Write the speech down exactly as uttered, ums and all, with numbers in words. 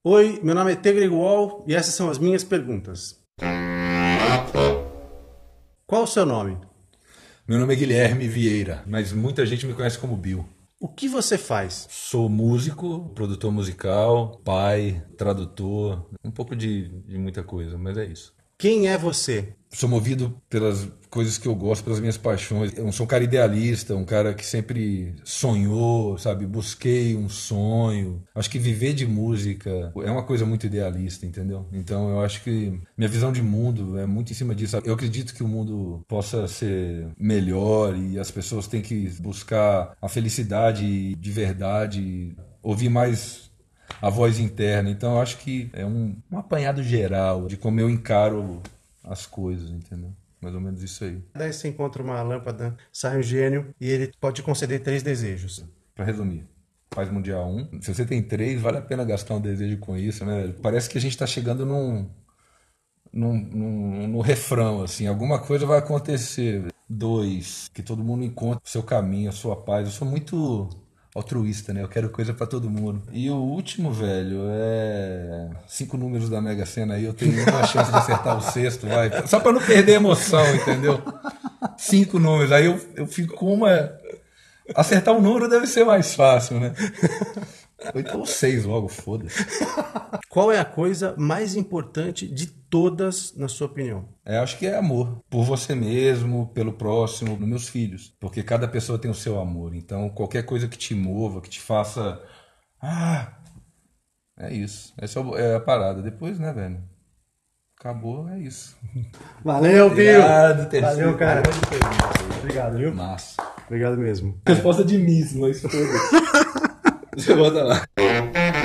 Oi, meu nome é Tegre Wall e essas são as minhas perguntas. Qual o seu nome? Meu nome é Guilherme Vieira, mas muita gente me conhece como Bill. O que você faz? Sou músico, produtor musical, pai, tradutor, um pouco de, de muita coisa, mas é isso. Quem é você? Sou movido pelas coisas que eu gosto, pelas minhas paixões. Eu sou um cara idealista, um cara que sempre sonhou, sabe? Busquei um sonho. Acho que viver de música é uma coisa muito idealista, entendeu? Então eu acho que minha visão de mundo é muito em cima disso. Eu acredito que o mundo possa ser melhor e as pessoas têm que buscar a felicidade de verdade, ouvir mais a voz interna. Então eu acho que é um, um apanhado geral de como eu encaro as coisas, entendeu? Mais ou menos isso aí. Daí você encontra uma lâmpada, sai um gênio e ele pode te conceder três desejos. Pra resumir, paz mundial um. Se você tem três, vale a pena gastar um desejo com isso, né? Parece que a gente tá chegando num, num, num, num refrão, assim. Alguma coisa vai acontecer. Dois, que todo mundo encontre o seu caminho, a sua paz. Eu sou muito altruísta, né? Eu quero coisa pra todo mundo. E o último, velho, é cinco números da Mega Sena aí. Eu tenho uma chance de acertar o sexto, vai. Só pra não perder a emoção, entendeu? Cinco números. Aí eu, eu fico com uma... Acertar um número deve ser mais fácil, né? Ou então seis logo, foda-se. Qual é a coisa mais importante de todas, na sua opinião? É, acho que é amor. Por você mesmo, pelo próximo, nos meus filhos. Porque cada pessoa tem o seu amor. Então, qualquer coisa que te mova, que te faça... Ah, é isso. Essa é o- é a parada. Depois, né, velho? Acabou, é isso. Valeu, Bill! Obrigado, terceiro. Valeu, cara. Grande pergunta aí. Obrigado, viu? Massa. Obrigado mesmo. Resposta de miss, mas foda-se. Você bota lá.